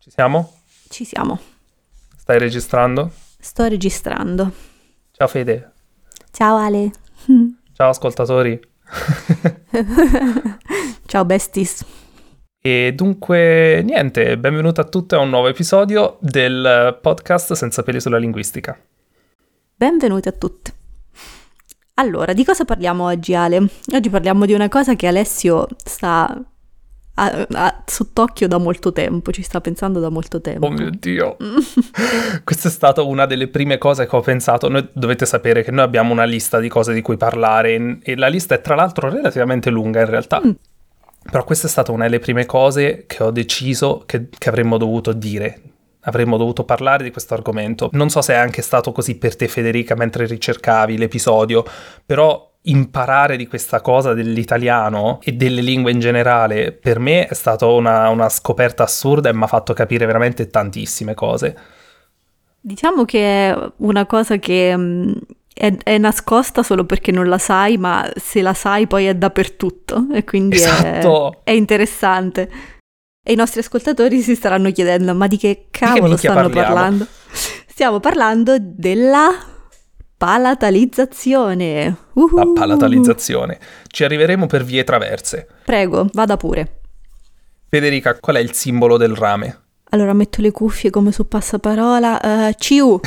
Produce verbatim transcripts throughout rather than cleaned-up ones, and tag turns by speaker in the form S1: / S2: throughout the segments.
S1: Ci siamo?
S2: Ci siamo.
S1: Stai registrando?
S2: Sto registrando.
S1: Ciao Fede.
S2: Ciao Ale.
S1: Ciao ascoltatori.
S2: Ciao besties.
S1: E dunque, niente, benvenuto a tutti a un nuovo episodio del podcast Senza peli sulla linguistica.
S2: Benvenuti a tutti. Allora, di cosa parliamo oggi, Ale? Oggi parliamo di una cosa che Alessio sta a, a, sott'occhio da molto tempo, ci sta pensando da molto tempo.
S1: Oh mio Dio! Questa è stata una delle prime cose che ho pensato. Noi dovete sapere che noi abbiamo una lista di cose di cui parlare e la lista è tra l'altro relativamente lunga in realtà. Mm. Però questa è stata una delle prime cose che ho deciso che, che avremmo dovuto dire. Avremmo dovuto parlare di questo argomento. Non so se è anche stato così per te, Federica, mentre ricercavi l'episodio, però imparare di questa cosa dell'italiano e delle lingue in generale, per me è stata una, una scoperta assurda e mi ha fatto capire veramente tantissime cose.
S2: Diciamo che è una cosa che mh, è, è nascosta solo perché non la sai, ma se la sai poi è dappertutto e quindi
S1: esatto.
S2: è, è interessante. E i nostri ascoltatori si staranno chiedendo, ma di che cavolo
S1: di che
S2: stanno
S1: parliamo?
S2: parlando? Stiamo parlando della palatalizzazione. Uhuh.
S1: La palatalizzazione. Ci arriveremo per vie traverse.
S2: Prego, vada pure.
S1: Federica, qual è il simbolo del rame?
S2: Allora metto le cuffie come su passaparola. Uh, C U.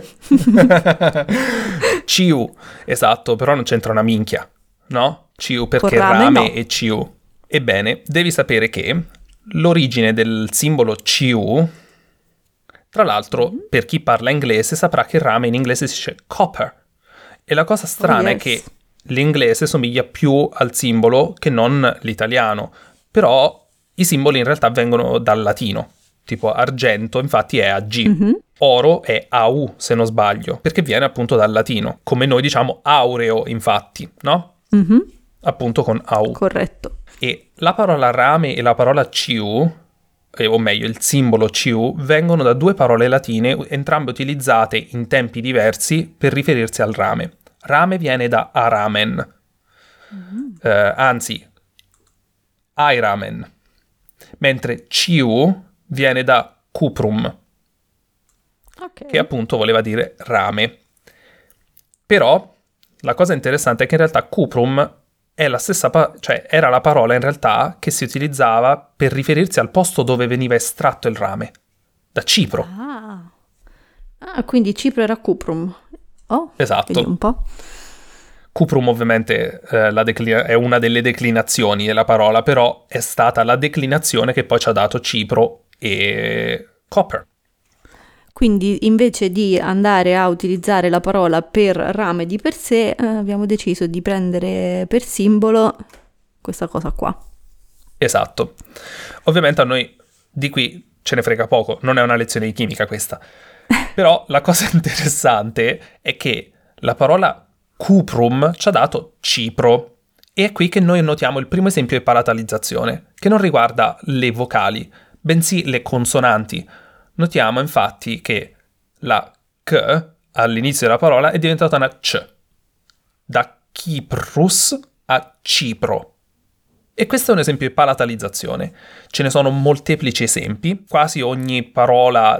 S1: C U, esatto, però non c'entra una minchia, no? C U perché
S2: rame,
S1: rame
S2: no.
S1: e C U. Ebbene, devi sapere che l'origine del simbolo C U, tra l'altro, mm-hmm. per chi parla inglese saprà che rame in inglese si dice copper. E la cosa strana
S2: oh, yes.
S1: è che l'inglese somiglia più al simbolo che non l'italiano. Però i simboli in realtà vengono dal latino. Tipo argento, infatti, è A G. Mm-hmm. Oro è A U, se non sbaglio, perché viene appunto dal latino. Come noi diciamo aureo, infatti, no?
S2: Mm-hmm.
S1: Appunto con A U.
S2: Corretto.
S1: E la parola rame e la parola C U, eh, o meglio il simbolo C U, vengono da due parole latine, entrambe utilizzate in tempi diversi per riferirsi al rame. Rame viene da aramen, mm-hmm. eh, anzi, airamen, mentre C U viene da cuprum, okay. che appunto voleva dire rame. Però la cosa interessante è che in realtà cuprum è la stessa, pa- cioè era la parola in realtà che si utilizzava per riferirsi al posto dove veniva estratto il rame, da Cipro.
S2: Ah, ah quindi Cipro era cuprum. Oh,
S1: esatto.
S2: Vedi un po'.
S1: Cuprum ovviamente eh, la declina- è una delle declinazioni della parola, però è stata la declinazione che poi ci ha dato Cipro e copper.
S2: Quindi invece di andare a utilizzare la parola per rame di per sé, eh, abbiamo deciso di prendere per simbolo questa cosa qua.
S1: Esatto. Ovviamente a noi di qui ce ne frega poco, non è una lezione di chimica questa. Però la cosa interessante è che la parola cuprum ci ha dato Cipro. E è qui che noi notiamo il primo esempio di palatalizzazione, che non riguarda le vocali, bensì le consonanti. Notiamo infatti che la K all'inizio della parola è diventata una C, da Kyprus a Cipro. E questo è un esempio di palatalizzazione. Ce ne sono molteplici esempi, quasi ogni parola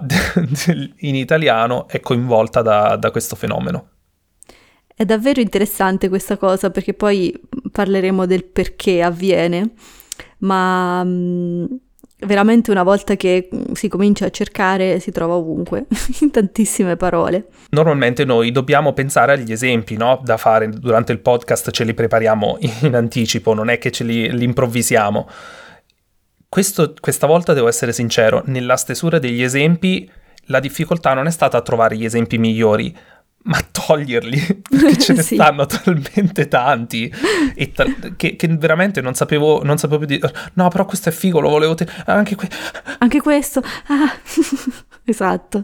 S1: in italiano è coinvolta da, da questo fenomeno.
S2: È davvero interessante questa cosa, perché poi parleremo del perché avviene, ma mh, veramente una volta che si comincia a cercare si trova ovunque, in tantissime parole.
S1: Normalmente noi dobbiamo pensare agli esempi, no? Da fare durante il podcast, ce li prepariamo in anticipo, non è che ce li, li improvvisiamo. Questo, questa volta devo essere sincero, nella stesura degli esempi la difficoltà non è stata a trovare gli esempi migliori, ma toglierli, perché ce ne sì. stanno talmente tanti e ta- che, che veramente non sapevo non sapevo più dire no, però questo è figo, lo volevo te- anche, que-
S2: anche questo ah. esatto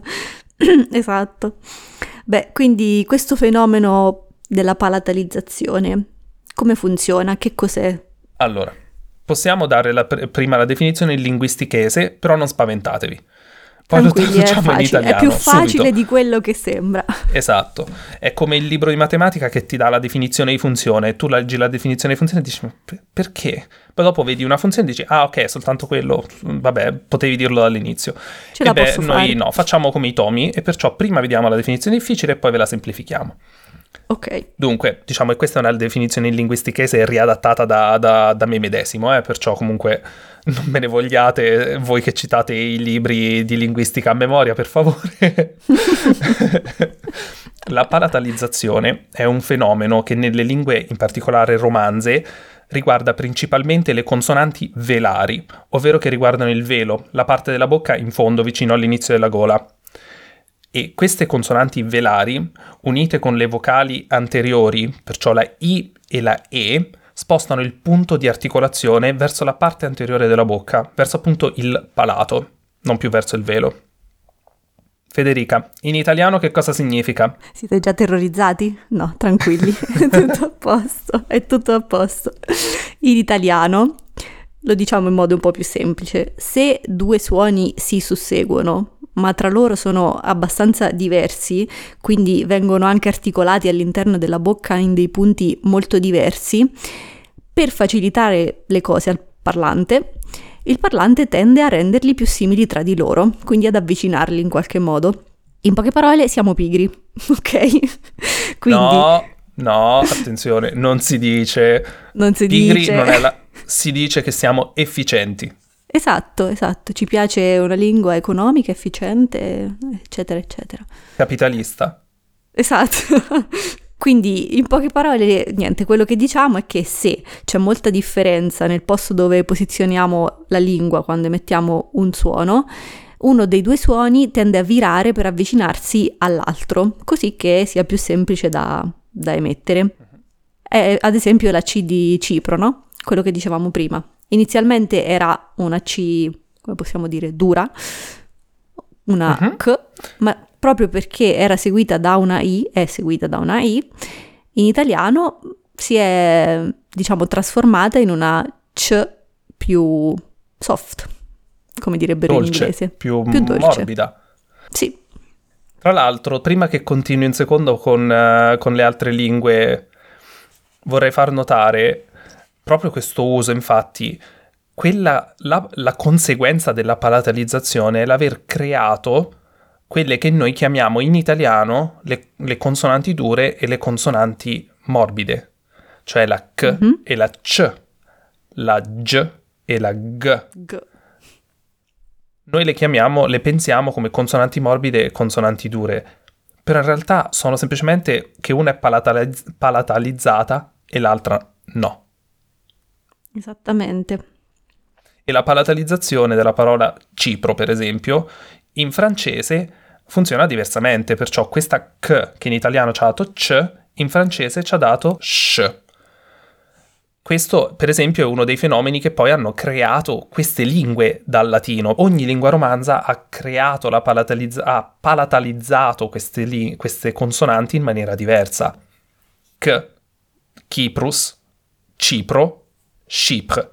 S2: esatto beh, quindi questo fenomeno della palatalizzazione come funziona? Che cos'è?
S1: Allora, possiamo dare la pr- prima la definizione in linguistichese, però non spaventatevi. Poi lo
S2: Tranquilli, è
S1: traduciamo in
S2: facile,
S1: italiano.
S2: è più facile
S1: subito.
S2: di quello che sembra.
S1: Esatto, è come il libro di matematica che ti dà la definizione di funzione, tu leggi la definizione di funzione e dici, ma per- perché? Poi dopo vedi una funzione e dici, ah ok, è soltanto quello, vabbè, potevi dirlo dall'inizio.
S2: Ce
S1: E
S2: la
S1: beh,
S2: posso
S1: noi
S2: fare.
S1: no, facciamo come i tomi e perciò prima vediamo la definizione difficile e poi ve la semplifichiamo.
S2: Ok.
S1: Dunque, diciamo che questa è una definizione in linguistichese riadattata da, da, da me medesimo, eh, perciò comunque non me ne vogliate voi che citate i libri di linguistica a memoria, per favore. La palatalizzazione è un fenomeno che nelle lingue, in particolare romanze, riguarda principalmente le consonanti velari, ovvero che riguardano il velo, la parte della bocca in fondo vicino all'inizio della gola. E queste consonanti velari, unite con le vocali anteriori, perciò la I e la E, spostano il punto di articolazione verso la parte anteriore della bocca, verso appunto il palato, non più verso il velo. Federica, in italiano che cosa significa?
S2: Siete già terrorizzati? No, tranquilli, è tutto a posto, è tutto a posto. In italiano, lo diciamo in modo un po' più semplice, se due suoni si susseguono, ma tra loro sono abbastanza diversi, quindi vengono anche articolati all'interno della bocca in dei punti molto diversi, per facilitare le cose al parlante, il parlante tende a renderli più simili tra di loro, quindi ad avvicinarli in qualche modo. In poche parole, siamo pigri, ok? Quindi
S1: No, no, attenzione, non si dice...
S2: non si
S1: Pigri
S2: dice...
S1: non è la... Si dice che siamo efficienti.
S2: Esatto, esatto, ci piace una lingua economica, efficiente, eccetera, eccetera.
S1: Capitalista.
S2: Esatto. Quindi, in poche parole, niente, quello che diciamo è che se c'è molta differenza nel posto dove posizioniamo la lingua quando emettiamo un suono, uno dei due suoni tende a virare per avvicinarsi all'altro, così che sia più semplice da, da emettere. È, ad esempio, la C di Cipro, no? Quello che dicevamo prima. Inizialmente era una C, come possiamo dire, dura, una
S1: Uh-huh.
S2: K, ma proprio perché era seguita da una I, è seguita da una I, in italiano si è, diciamo, trasformata in una C più soft, come direbbero in
S1: Dolce,
S2: inglese.
S1: più,
S2: Più dolce.
S1: morbida.
S2: Sì,
S1: Tra l'altro, prima che continui un secondo con, eh, con le altre lingue, vorrei far notare proprio questo uso, infatti, quella, la, la conseguenza della palatalizzazione è l'aver creato quelle che noi chiamiamo in italiano le, le consonanti dure e le consonanti morbide, cioè la K
S2: Mhm.
S1: e la C, la G e la G.
S2: G.
S1: Noi le chiamiamo, le pensiamo come consonanti morbide e consonanti dure, però in realtà sono semplicemente che una è palataliz- palatalizzata e l'altra no.
S2: Esattamente.
S1: E la palatalizzazione della parola Cipro, per esempio, in francese funziona diversamente, perciò questa K che in italiano ci ha dato C, in francese ci ha dato SH. Questo, per esempio, è uno dei fenomeni che poi hanno creato queste lingue dal latino. Ogni lingua romanza ha creato la palatalizza- ha palatalizzato queste, li- queste consonanti in maniera diversa. K, Kyprus, Cipro, Chypre.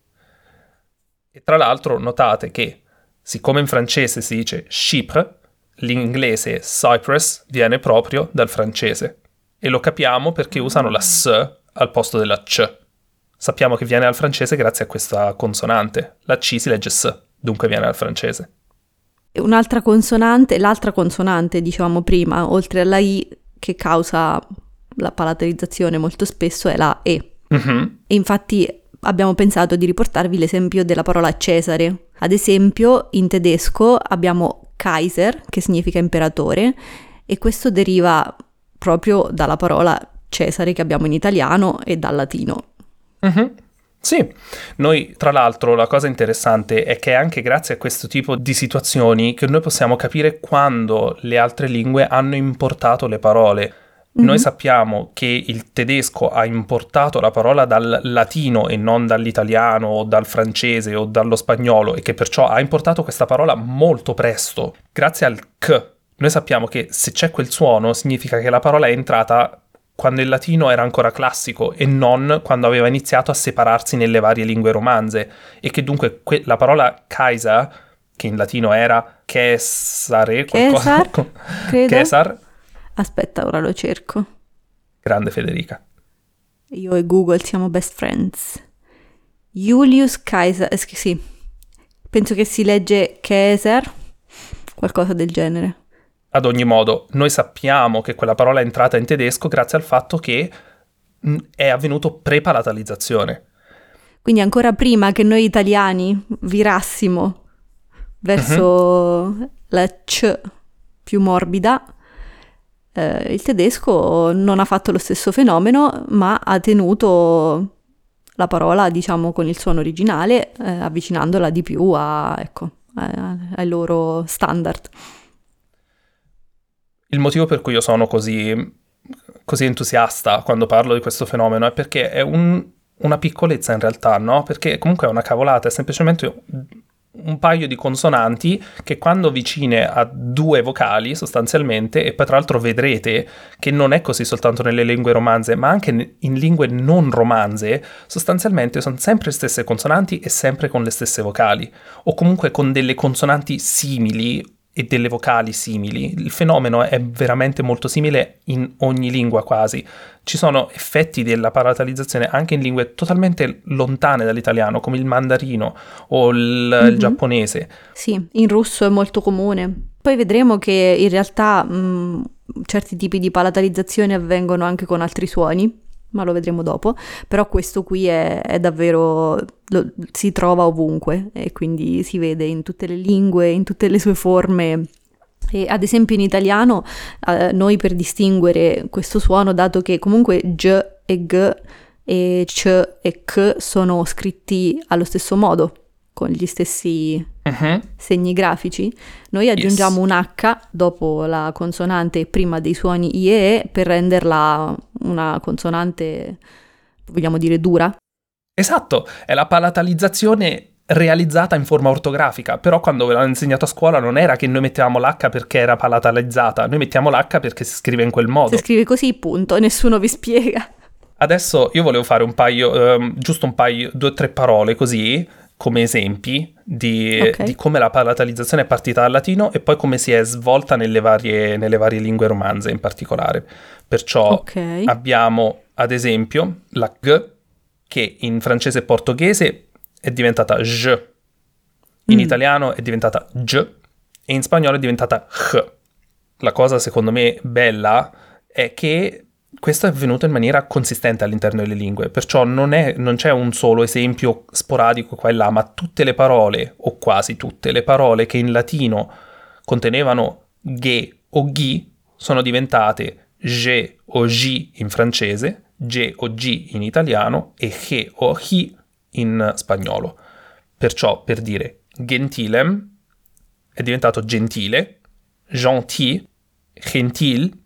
S1: E tra l'altro notate che, siccome in francese si dice Chypre, l'inglese Cyprus viene proprio dal francese. E lo capiamo perché usano la S al posto della C. Sappiamo che viene dal francese grazie a questa consonante. La C si legge S, dunque viene dal francese.
S2: E un'altra consonante, l'altra consonante, dicevamo prima, oltre alla I, che causa la palatalizzazione molto spesso, è la E.
S1: Mhm.
S2: E infatti abbiamo pensato di riportarvi l'esempio della parola Cesare. Ad esempio, in tedesco abbiamo Kaiser, che significa imperatore, e questo deriva proprio dalla parola Cesare che abbiamo in italiano e dal latino.
S1: Mhm. Sì, noi tra l'altro la cosa interessante è che è anche grazie a questo tipo di situazioni che noi possiamo capire quando le altre lingue hanno importato le parole. Noi
S2: Mhm.
S1: sappiamo che il tedesco ha importato la parola dal latino e non dall'italiano o dal francese o dallo spagnolo e che perciò ha importato questa parola molto presto. Grazie al K, noi sappiamo che se c'è quel suono significa che la parola è entrata quando il latino era ancora classico e non quando aveva iniziato a separarsi nelle varie lingue romanze e che dunque que- la parola Kaiser, che in latino era Cesare, qualcosa.
S2: Cesar, credo.
S1: Cesar.
S2: Aspetta, ora lo cerco.
S1: Grande Federica.
S2: Io e Google siamo best friends. Julius Caesar, eh, sì, penso che si legge Caesar, qualcosa del genere.
S1: Ad ogni modo, noi sappiamo che quella parola è entrata in tedesco grazie al fatto che mh, è avvenuto pre-palatalizzazione.
S2: Quindi ancora prima che noi italiani virassimo verso uh-huh. la C più morbida, eh, il tedesco non ha fatto lo stesso fenomeno, ma ha tenuto la parola, diciamo, con il suono originale, eh, avvicinandola di più a, ecco, a, ai loro standard.
S1: Il motivo per cui io sono così, così entusiasta quando parlo di questo fenomeno è perché è un, una piccolezza in realtà, no? Perché comunque è una cavolata, è semplicemente un paio di consonanti che quando vicine a due vocali sostanzialmente, e poi tra l'altro vedrete che non è così soltanto nelle lingue romanze ma anche in lingue non romanze, sostanzialmente sono sempre le stesse consonanti e sempre con le stesse vocali, o comunque con delle consonanti simili e delle vocali simili. Il fenomeno è veramente molto simile in ogni lingua quasi. Ci sono effetti della palatalizzazione anche in lingue totalmente lontane dall'italiano, come il mandarino o il, mm-hmm. il giapponese.
S2: Sì, in russo è molto comune. Poi vedremo che in realtà mh, certi tipi di palatalizzazione avvengono anche con altri suoni, ma lo vedremo dopo. Però questo qui è, è davvero... Lo, si trova ovunque e quindi si vede in tutte le lingue, in tutte le sue forme. E ad esempio in italiano eh, noi per distinguere questo suono, dato che comunque G e G e C e C sono scritti allo stesso modo, con gli stessi uh-huh. segni grafici, noi aggiungiamo yes. un H dopo la consonante prima dei suoni I e E per renderla una consonante, vogliamo dire, dura.
S1: Esatto, è la palatalizzazione realizzata in forma ortografica, però quando ve l'hanno insegnato a scuola non era che noi mettevamo l'H perché era palatalizzata, noi mettiamo l'H perché si scrive in quel modo.
S2: Si scrive così, punto, nessuno vi spiega.
S1: Adesso io volevo fare un paio, um, giusto un paio, due o tre parole così, come esempi di, okay. di come la palatalizzazione è partita dal latino e poi come si è svolta nelle varie, nelle varie lingue romanze in particolare. Perciò okay. abbiamo ad esempio la G, che in francese e portoghese è diventata J, in mm. italiano è diventata G e in spagnolo è diventata H. La cosa secondo me bella è che questo è avvenuto in maniera consistente all'interno delle lingue, perciò non, è, non c'è un solo esempio sporadico qua e là, ma tutte le parole, o quasi tutte le parole che in latino contenevano ge o ghi, sono diventate je o ji in francese, je o gi in italiano e he o hi in spagnolo. Perciò per dire gentilem è diventato gentile, gentil, gentil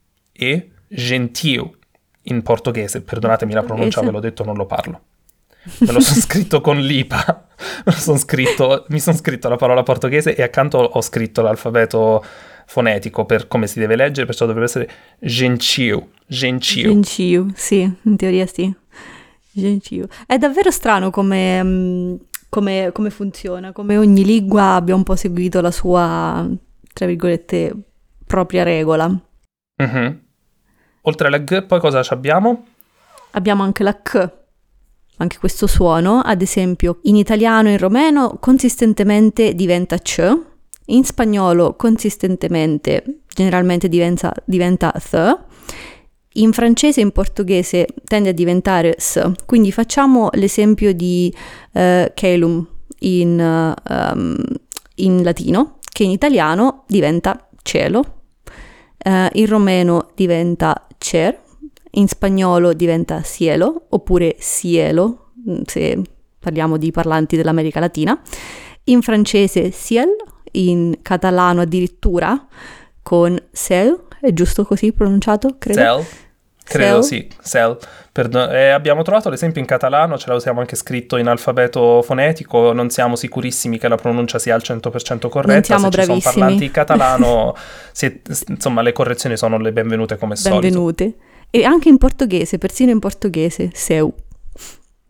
S1: e gentil in portoghese. Perdonatemi la pronuncia, ve l'ho detto, non lo parlo. Me lo sono scritto con l'I P A, me lo son scritto, mi sono scritto la parola portoghese e accanto ho scritto l'alfabeto fonetico per come si deve leggere, perciò dovrebbe essere gentil, gentil.
S2: Gentil, sì, in teoria sì. Gentil. È davvero strano come, come, come funziona, come ogni lingua abbia un po' seguito la sua, tra virgolette, propria regola.
S1: Mm-hmm. Oltre alla G, poi cosa abbiamo?
S2: Abbiamo anche la K, anche questo suono, ad esempio in italiano e in romeno consistentemente diventa C, in spagnolo consistentemente generalmente diventa, diventa th, in francese e in portoghese tende a diventare s, quindi facciamo l'esempio di uh, caelum in, um, in latino, che in italiano diventa cielo, uh, in romeno diventa cer, in spagnolo diventa cielo, oppure cielo, se parliamo di parlanti dell'America Latina, in francese ciel, in catalano addirittura con cel, è giusto così pronunciato, credo?
S1: Cel, credo cel. Sì, cel. Perdon- eh, abbiamo trovato l'esempio in catalano, ce l'abbiamo anche scritto in alfabeto fonetico, non siamo sicurissimi che la pronuncia sia al cento per cento corretta,
S2: non siamo
S1: se
S2: bravissimi.
S1: Ci sono parlanti in catalano, se, insomma le correzioni sono le benvenute come
S2: benvenute.
S1: solito.
S2: E anche in portoghese, persino in portoghese, seu.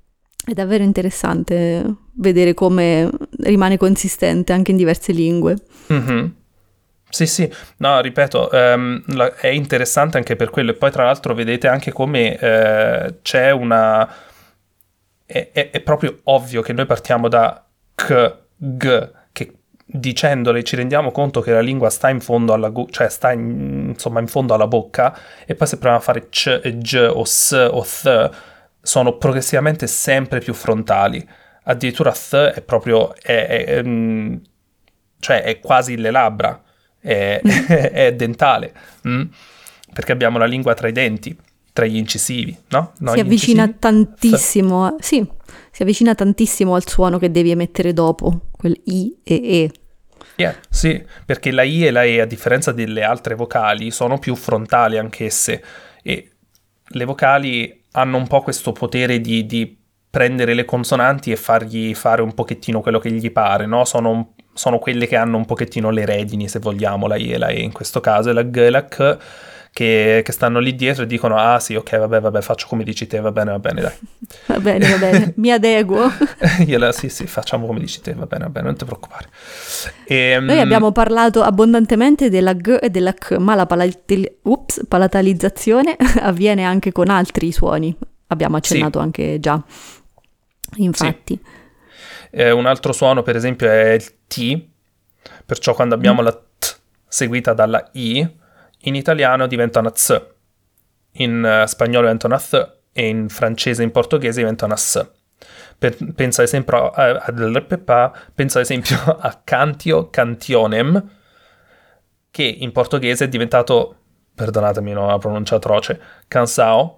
S2: È davvero interessante vedere come rimane consistente anche in diverse lingue.
S1: Mm-hmm. Sì, sì, no, ripeto, ehm, la- è interessante anche per quello. E poi tra l'altro vedete anche come eh, c'è una... È, è- è proprio ovvio che noi partiamo da k, g, che dicendole ci rendiamo conto che la lingua sta in fondo alla gu- cioè sta in- insomma in fondo alla bocca, e poi se proviamo a fare c e g o s o th, sono progressivamente sempre più frontali. Addirittura th è proprio... è- è- è, mm, cioè è quasi le labbra, è, è dentale, mm? Perché abbiamo la lingua tra i denti, tra gli incisivi, no? No,
S2: Si
S1: gli
S2: avvicina
S1: incisivi? Th.
S2: tantissimo, a- sì, si avvicina tantissimo al suono che devi emettere dopo, quel I e E.
S1: Yeah, sì, perché la I e la E, a differenza delle altre vocali, sono più frontali anch'esse, e le vocali hanno un po' questo potere di, di prendere le consonanti e fargli fare un pochettino quello che gli pare, no? Sono, un- sono quelle che hanno un pochettino le redini, se vogliamo, la I e la E in questo caso, e la G e la K che, che stanno lì dietro e dicono, ah sì, ok, vabbè, vabbè, faccio come dici te, va bene, va bene, dai.
S2: Va bene, va bene, mi adeguo.
S1: Io la, sì, sì, facciamo come dici te, va bene, va bene, non ti preoccupare.
S2: Noi
S1: Ehm,
S2: abbiamo parlato abbondantemente della G e della K, ma la palatil- ups, palatalizzazione avviene anche con altri suoni. Abbiamo accennato
S1: sì,
S2: anche già, infatti.
S1: Eh, un altro suono, per esempio, è il T, perciò quando
S2: Mm.
S1: abbiamo la T seguita dalla I, in italiano diventa una Z, in eh, spagnolo diventa una Th, e in francese e in portoghese diventa una S. Per- pensa ad esempio a, a, a- pensa ad esempio a cantio, cantionem, che in portoghese è diventato, perdonatemi, no, la pronuncia atroce, cansao.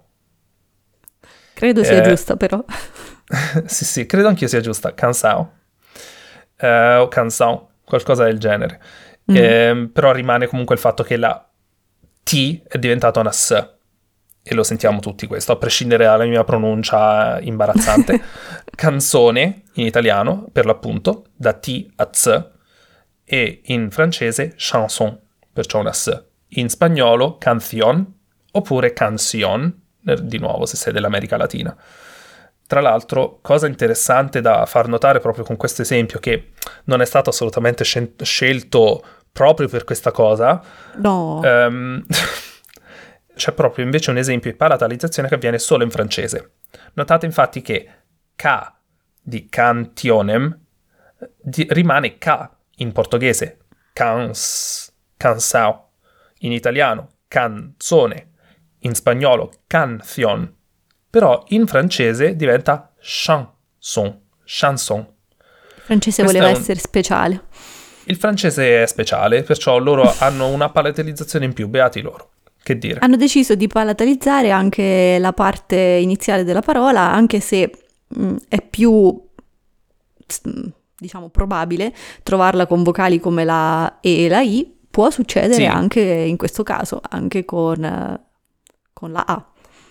S2: Credo sia
S1: Eh,
S2: giusta, però.
S1: sì, sì, credo anch'io sia giusta, cansao, eh, o canção, qualcosa del genere.
S2: Mm.
S1: Eh, però rimane comunque il fatto che la T è diventata una S, e lo sentiamo tutti questo, a prescindere dalla mia pronuncia imbarazzante. Canzone, in italiano, per l'appunto, da T a Z, e in francese chanson, perciò una S. In spagnolo canción, oppure canción, di nuovo se sei dell'America Latina. Tra l'altro, cosa interessante da far notare proprio con questo esempio, che non è stato assolutamente scel- scelto proprio per questa cosa,
S2: No.
S1: ehm, c'è proprio invece un esempio di palatalizzazione che avviene solo in francese. Notate infatti che K di cantionem di- rimane K in portoghese, cans, cansao, in italiano canzone, in spagnolo canción, però in francese diventa chanson, chanson.
S2: Il francese
S1: Questo
S2: voleva
S1: è un-
S2: essere speciale.
S1: Il francese è speciale, perciò loro hanno una palatalizzazione in più, beati loro. Che dire?
S2: Hanno deciso di palatalizzare anche la parte iniziale della parola, anche se mh, è più, mh, diciamo, probabile trovarla con vocali come la E e la I. Può succedere
S1: Sì,
S2: anche in questo caso, anche con, eh, con la A.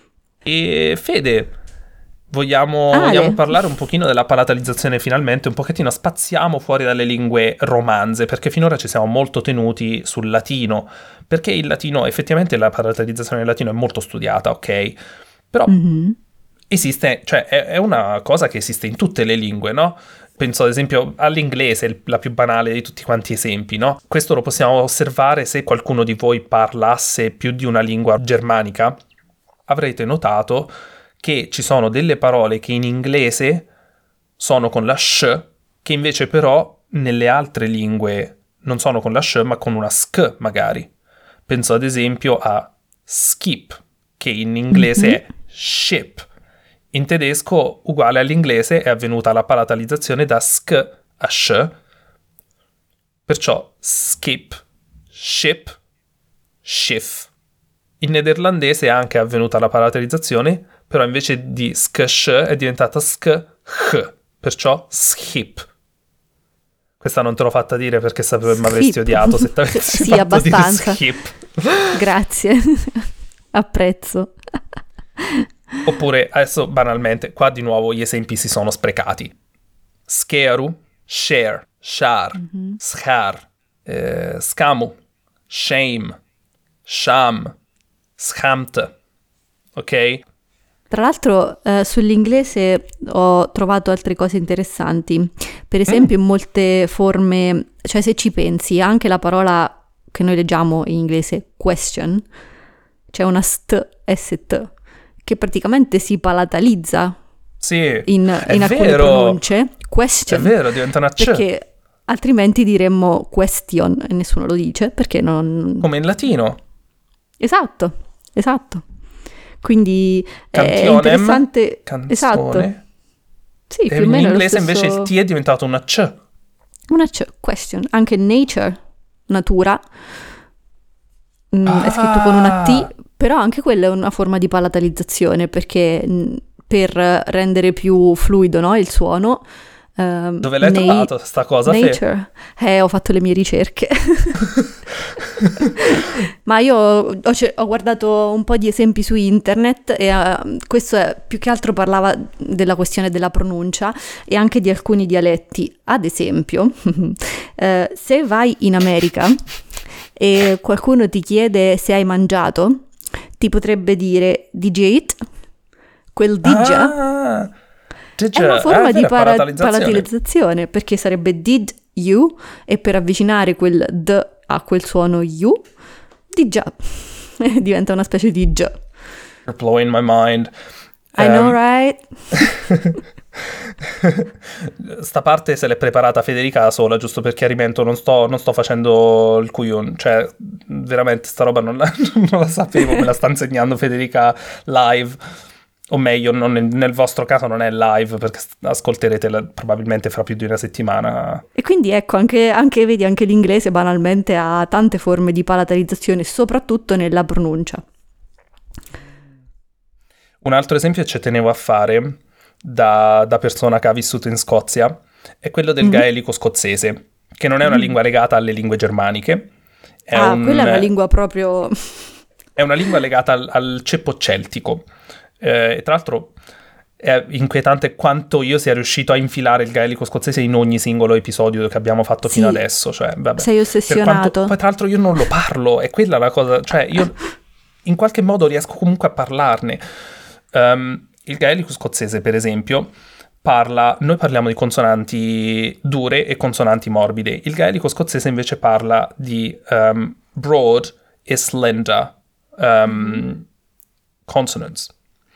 S1: e Fede, vogliamo, vogliamo
S2: Ale,
S1: parlare un pochino della palatalizzazione finalmente, un pochettino spaziamo fuori dalle lingue romanze, perché finora ci siamo molto tenuti sul latino, perché il latino, effettivamente la palatalizzazione del latino è molto studiata, ok? Però
S2: Mhm.
S1: esiste, cioè è, è una cosa che esiste in tutte le lingue, no? Penso ad esempio all'inglese, il- la più banale di tutti quanti esempi, no? Questo lo possiamo osservare se qualcuno di voi parlasse più di una lingua germanica. Avrete notato che ci sono delle parole che in inglese sono con la sh, che invece però nelle altre lingue non sono con la sh, ma con una sk magari. Penso ad esempio a skip, che in inglese
S2: Mhm.
S1: è ship. In tedesco, uguale all'inglese, è avvenuta la palatalizzazione da sk a sh, perciò skip, ship, schiff. In neerlandese è anche avvenuta la palatalizzazione, però invece di sk sh è diventata sk h, perciò schip. Questa non te l'ho fatta dire perché sapevo che mi avresti
S2: Skip.
S1: odiato se ti avessi
S2: Sì,
S1: fatto
S2: abbastanza.
S1: dire skip.
S2: Grazie. Apprezzo.
S1: Oppure, adesso banalmente, qua di nuovo gli esempi si sono sprecati. Skeru, share, shar,
S2: Mhm.
S1: schar, eh, scamu, shame, sham, schamte, ok?
S2: Tra l'altro eh, sull'inglese ho trovato altre cose interessanti. Per esempio,
S1: Mm.
S2: in molte forme, cioè se ci pensi, anche la parola che noi leggiamo in inglese, question, c'è una st, st, che praticamente si palatalizza
S1: Sì,
S2: in,
S1: è
S2: in alcune
S1: vero,
S2: pronunce,
S1: è
S2: question,
S1: vero, diventa una C,
S2: perché altrimenti diremmo question e nessuno lo dice, perché non...
S1: come in latino.
S2: Esatto, esatto. Quindi è
S1: Cantionem,
S2: interessante, esatto,
S1: canzone.
S2: sì,
S1: E
S2: più o
S1: in
S2: meno è lo
S1: inglese invece il
S2: stesso,
S1: T è diventato una C.
S2: una c, question, anche nature, natura, mm, è scritto con una T,
S1: Ah,
S2: però anche quella è una forma di palatalizzazione, perché mm, per rendere più fluido, no, il suono, ehm,
S1: dove l'hai
S2: na-
S1: trovato sta cosa, Fe?
S2: nature, eh, ho fatto le mie ricerche. Ma io ho, cer- ho guardato un po' di esempi su internet e eh, questo è, più che altro parlava della questione della pronuncia e anche di alcuni dialetti. Ad esempio, eh, se vai in America e qualcuno ti chiede se hai mangiato, ti potrebbe dire did you eat? Quel digia
S1: Ah,
S2: è una
S1: digia, ah, è
S2: forma di
S1: vero, è
S2: para-
S1: palatalizzazione.
S2: palatalizzazione perché sarebbe did you e per avvicinare quel d a quel suono you, di già, diventa una specie di già.
S1: You're blowing my mind.
S2: I know,
S1: Ehm,
S2: right?
S1: Sta parte se l'è preparata Federica da sola, giusto per chiarimento, non sto, non sto facendo il cuion, cioè veramente sta roba non la, non la sapevo, me la sta insegnando Federica live, o meglio, non nel, nel vostro caso non è live perché ascolterete la- probabilmente fra più di una settimana.
S2: E quindi ecco, anche, anche, vedi, anche l'inglese banalmente ha tante forme di palatalizzazione, soprattutto nella pronuncia.
S1: Un altro esempio che ci tenevo a fare da, da persona che ha vissuto in Scozia è quello del
S2: Mhm.
S1: gaelico scozzese, che non è una
S2: Mm.
S1: lingua legata alle lingue germaniche, è,
S2: Ah, quella è una
S1: un,
S2: lingua proprio...
S1: è una lingua legata al, al ceppo celtico. Eh, e tra l'altro è inquietante quanto io sia riuscito a infilare il gaelico scozzese in ogni singolo episodio che abbiamo fatto fino
S2: Sì,
S1: adesso. Cioè, vabbè.
S2: sei
S1: Per quanto,
S2: ossessionato.
S1: poi tra l'altro io non lo parlo, è quella la cosa, cioè io in qualche modo riesco comunque a parlarne. Um, il gaelico scozzese, per esempio, parla, noi parliamo di consonanti dure e consonanti morbide. Il gaelico scozzese invece parla di um, broad e slender um, consonants.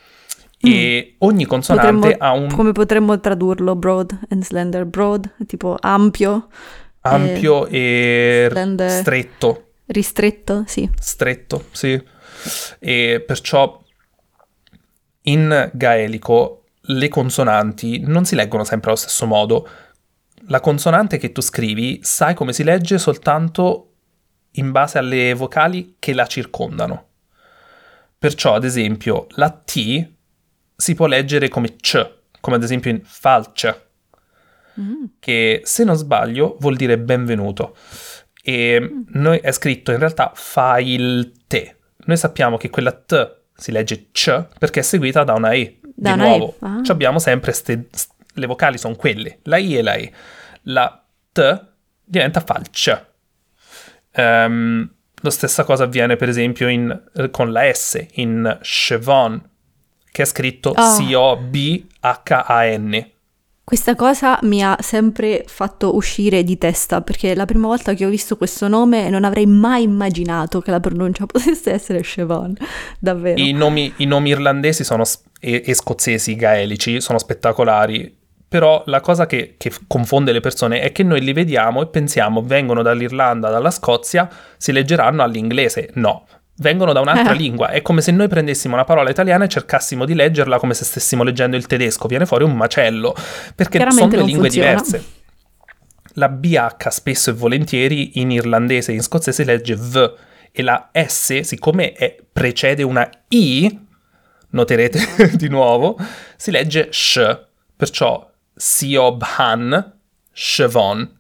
S1: E ogni consonante
S2: Potremmo,
S1: ha un
S2: come potremmo tradurlo? Broad and slender. Broad, tipo ampio, e
S1: ampio e
S2: slender,
S1: stretto.
S2: ristretto, sì.
S1: Stretto, sì. E perciò in gaelico le consonanti non si leggono sempre allo stesso modo. La consonante che tu scrivi sai come si legge soltanto in base alle vocali che la circondano. Perciò, ad esempio, la T si può leggere come C, come ad esempio in falce,
S2: Mm.
S1: che se non sbaglio vuol dire benvenuto. E noi è scritto in realtà failte. Noi sappiamo che quella T si legge C perché è seguita da una E.
S2: Da
S1: Di
S2: una E,
S1: nuovo,
S2: ah.
S1: ci abbiamo sempre ste, st- le vocali sono quelle, la I e la E. La T diventa falce. Ehm, la stessa cosa avviene per esempio in, con la S, in Siobhan, che è scritto
S2: Ah.
S1: C O B H A N.
S2: Questa cosa mi ha sempre fatto uscire di testa perché la prima volta che ho visto questo nome non avrei mai immaginato che la pronuncia potesse essere Siobhan, davvero.
S1: I nomi, i nomi irlandesi sono, s- e, e scozzesi gaelici sono spettacolari, però la cosa che, che confonde le persone è che noi li vediamo e pensiamo vengono dall'Irlanda, dalla Scozia, si leggeranno all'inglese. No, vengono da un'altra
S2: Eh.
S1: lingua. È come se noi prendessimo una parola italiana e cercassimo di leggerla come se stessimo leggendo il tedesco. Viene fuori un macello, perché sono
S2: Chiaramente
S1: due
S2: non
S1: lingue
S2: funziona.
S1: diverse. La B H spesso e volentieri in irlandese e in scozzese legge V e la S, siccome è- precede una I, noterete di nuovo, si legge sh, perciò Siobhan, Siobhan,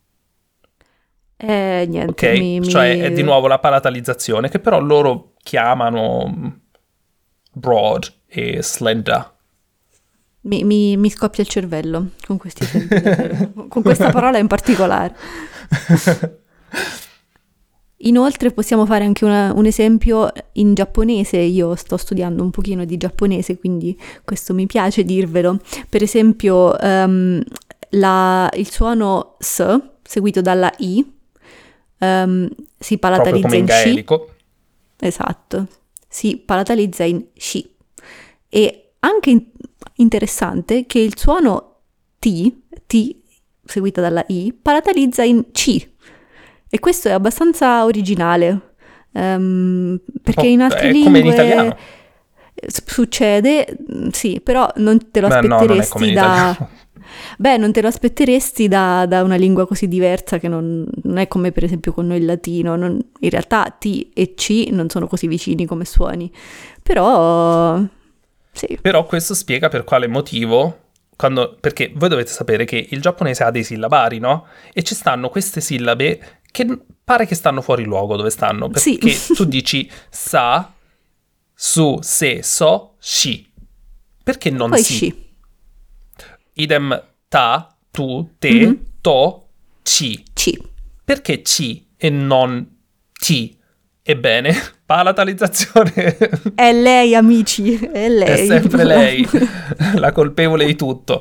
S2: E niente,
S1: ok?
S2: mi, mi-
S1: Cioè è di nuovo la palatalizzazione che però loro chiamano broad e slender.
S2: mi- mi- mi scoppia il cervello con questi esempi, davvero. Con questa parola in particolare. Inoltre possiamo fare anche una- un esempio in giapponese, io sto studiando un pochino di giapponese, quindi questo mi piace dirvelo. Per esempio, ehm, la- il suono S seguito dalla I ehm, si
S1: Proprio
S2: palatalizza
S1: come in
S2: in shi,
S1: gaelico.
S2: esatto, si palatalizza in shi. E anche in- interessante che il suono T, T seguita dalla I, palatalizza in C. E questo è abbastanza originale, ehm,
S1: Un
S2: perché
S1: po',
S2: in altre
S1: è come in
S2: lingue
S1: italiano.
S2: s- succede, mm, sì, però non te lo
S1: Beh, no, non è come in
S2: aspetteresti da...
S1: italiano.
S2: Beh, non te lo aspetteresti da, da una lingua così diversa che non, non è come per esempio con noi il latino. Non- in realtà T e C non sono così vicini come suoni, però sì,
S1: Però questo spiega per quale motivo, quando, perché voi dovete sapere che il giapponese ha dei sillabari, no? E ci stanno queste sillabe che pare che stanno fuori luogo dove stanno,
S2: sì,
S1: perché tu dici sa, su, se, so, shi. Perché
S2: e
S1: non
S2: poi
S1: si?
S2: sci.
S1: Idem ta, tu, te,
S2: Mhm.
S1: to, ci.
S2: C.
S1: Perché ci e non ti? Ebbene, palatalizzazione
S2: È lei, amici, è lei.
S1: è sempre lei, la colpevole di tutto.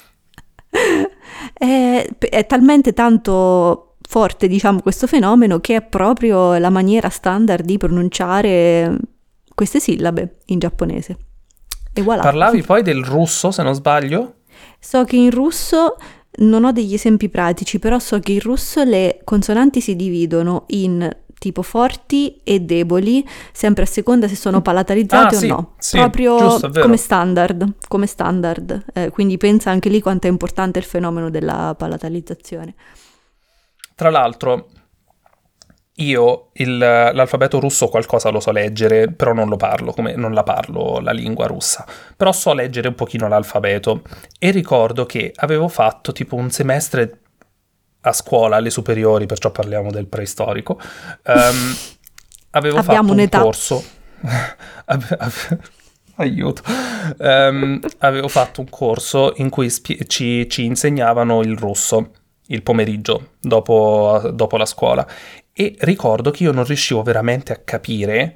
S2: È, è talmente tanto forte, diciamo, questo fenomeno che è proprio la maniera standard di pronunciare queste sillabe in giapponese. E voilà.
S1: Parlavi poi del russo, se non sbaglio?
S2: So che in russo non ho degli esempi pratici, però so che in russo le consonanti si dividono in tipo forti e deboli, sempre a seconda se sono palatalizzate
S1: Ah,
S2: o
S1: sì,
S2: no.
S1: sì,
S2: Proprio
S1: giusto, è vero.
S2: come standard, come standard. Eh, quindi pensa anche lì quanto è importante il fenomeno della palatalizzazione.
S1: Tra l'altro, io il- l'alfabeto russo qualcosa lo so leggere, però non lo parlo, come non la parlo la lingua russa. Però so leggere un pochino l'alfabeto e ricordo che avevo fatto tipo un semestre a scuola, alle superiori, perciò parliamo del preistorico. ehm, avevo
S2: Abbiamo
S1: fatto un
S2: un'età.
S1: corso. Ave- ave- Aiuto. Ehm, avevo fatto un corso in cui spie- ci, ci insegnavano il russo il pomeriggio dopo, dopo la scuola e ricordo che io non riuscivo veramente a capire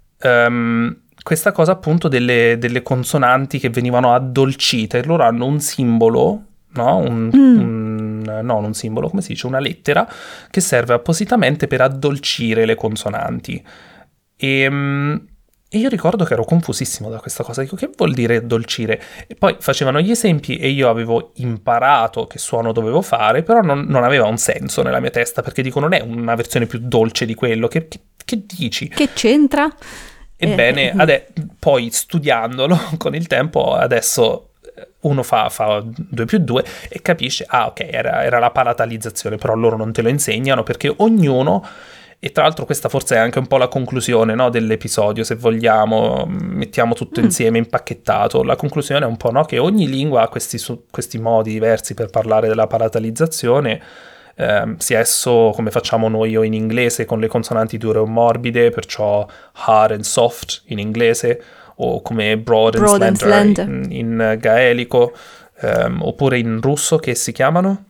S1: ehm, questa cosa appunto delle, delle consonanti che venivano addolcite. Loro hanno un simbolo, no? Un,
S2: Mm.
S1: un- no, non un simbolo, come si dice? Una lettera che serve appositamente per addolcire le consonanti. E, mm, e io ricordo che ero confusissimo da questa cosa. Dico, che vuol dire addolcire? E poi facevano gli esempi e io avevo imparato che suono dovevo fare, però non, non aveva un senso nella mia testa, perché dico, non è una versione più dolce di quello. Che, che- che dici?
S2: Che c'entra?
S1: Ebbene,
S2: Eh,
S1: ade- poi studiandolo con il tempo, adesso eh, uno fa, fa due più due e capisce, ah ok, era, era la palatalizzazione, però loro non te lo insegnano perché ognuno, e tra l'altro questa forse è anche un po' la conclusione, no, dell'episodio, se vogliamo, mettiamo tutto
S2: Mm.
S1: insieme impacchettato, la conclusione è un po', no, che ogni lingua ha questi, su- questi modi diversi per parlare della palatalizzazione. Ehm, sia esso come facciamo noi o in inglese con le consonanti dure o morbide, perciò hard and soft in inglese, o come broad and
S2: Broad and
S1: slender,
S2: slender.
S1: in, in gaelico, ehm, oppure in russo che si chiamano?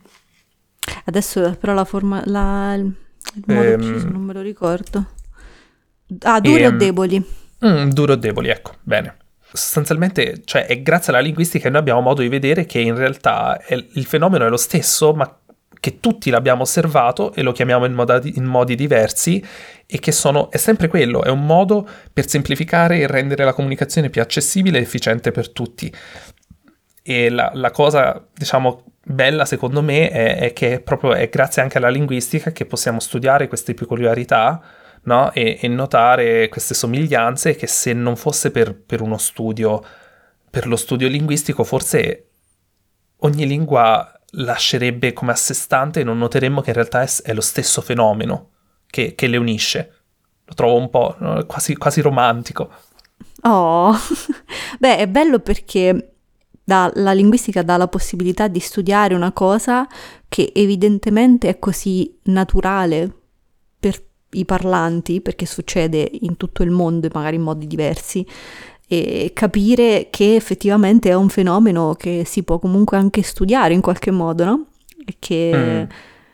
S2: Adesso però la forma, la, il modo
S1: Ehm,
S2: preciso non me lo ricordo. Ah, duri o
S1: ehm,
S2: deboli?
S1: mm, duro o deboli, ecco, bene. Sostanzialmente, cioè, è grazie alla linguistica che noi abbiamo modo di vedere che in realtà è- il fenomeno è lo stesso, ma che tutti l'abbiamo osservato e lo chiamiamo in, moda- in modi diversi e che sono, è sempre quello, è un modo per semplificare e rendere la comunicazione più accessibile e efficiente per tutti. E la, la cosa, diciamo, bella secondo me è, è che proprio è grazie anche alla linguistica che possiamo studiare queste peculiarità, no? E, e notare queste somiglianze che se non fosse per, per uno studio, per lo studio linguistico, forse ogni lingua lascerebbe come a sé stante e non noteremmo che in realtà è, è lo stesso fenomeno che, che le unisce. Lo trovo un po', no? quasi, quasi romantico.
S2: Oh, beh, è bello perché dà- la linguistica dà la possibilità di studiare una cosa che evidentemente è così naturale per i parlanti, perché succede in tutto il mondo, magari in modi diversi, e capire che effettivamente è un fenomeno che si può comunque anche studiare in qualche modo, no? E che
S1: Mm.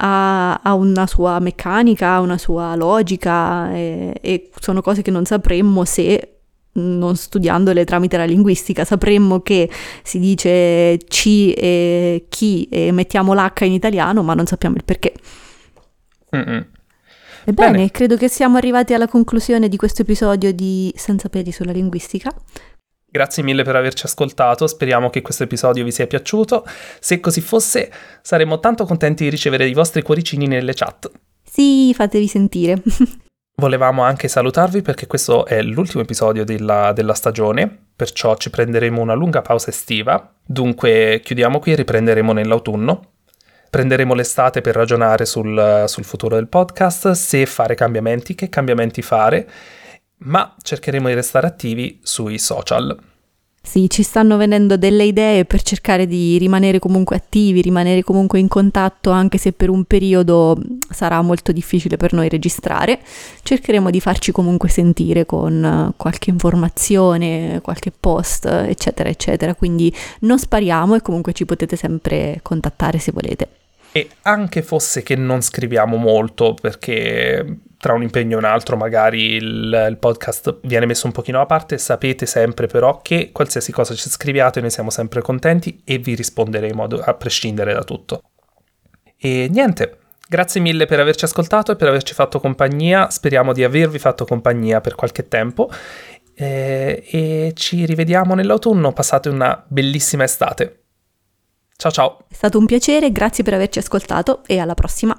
S2: ha, ha una sua meccanica, ha una sua logica e, e sono cose che non sapremmo se non studiandole tramite la linguistica. Sapremmo che si dice ci e chi e mettiamo l'H in italiano, ma non sappiamo il perché. Mm-mm. Ebbene, Bene. Credo che siamo arrivati alla conclusione di questo episodio di Senza peli sulla linguistica.
S1: Grazie mille per averci ascoltato, speriamo che questo episodio vi sia piaciuto. Se così fosse, saremmo tanto contenti di ricevere i vostri cuoricini nelle chat.
S2: Sì, fatevi sentire.
S1: Volevamo anche salutarvi perché questo è l'ultimo episodio della, della stagione, perciò ci prenderemo una lunga pausa estiva. Dunque chiudiamo qui e riprenderemo nell'autunno. Prenderemo l'estate per ragionare sul, sul futuro del podcast, se fare cambiamenti, che cambiamenti fare, ma cercheremo di restare attivi sui social.
S2: Sì, ci stanno venendo delle idee per cercare di rimanere comunque attivi, rimanere comunque in contatto, anche se per un periodo sarà molto difficile per noi registrare. Cercheremo di farci comunque sentire con qualche informazione, qualche post, eccetera, eccetera. Quindi non spariamo e comunque ci potete sempre contattare se volete.
S1: E anche fosse che non scriviamo molto, perché tra un impegno e un altro magari il, il podcast viene messo un pochino a parte, sapete sempre però che qualsiasi cosa ci scriviate noi siamo sempre contenti e vi risponderemo a prescindere da tutto. E niente, grazie mille per averci ascoltato e per averci fatto compagnia, speriamo di avervi fatto compagnia per qualche tempo e, e ci rivediamo nell'autunno, passate una bellissima estate. Ciao ciao.
S2: È stato un piacere, grazie per averci ascoltato e alla prossima.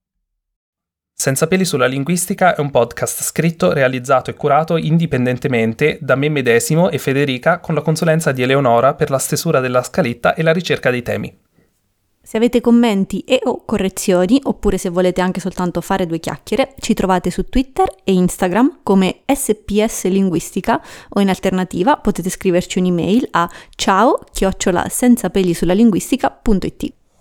S1: Senza peli sulla linguistica è un podcast scritto, realizzato e curato indipendentemente da me medesimo e Federica con la consulenza di Eleonora per la stesura della scaletta e la ricerca dei temi.
S2: Se avete commenti e o correzioni, oppure se volete anche soltanto fare due chiacchiere, ci trovate su Twitter e Instagram come S P S Linguistica o in alternativa potete scriverci un'email a ciao chiocciola senza peli sulla linguistica punto it.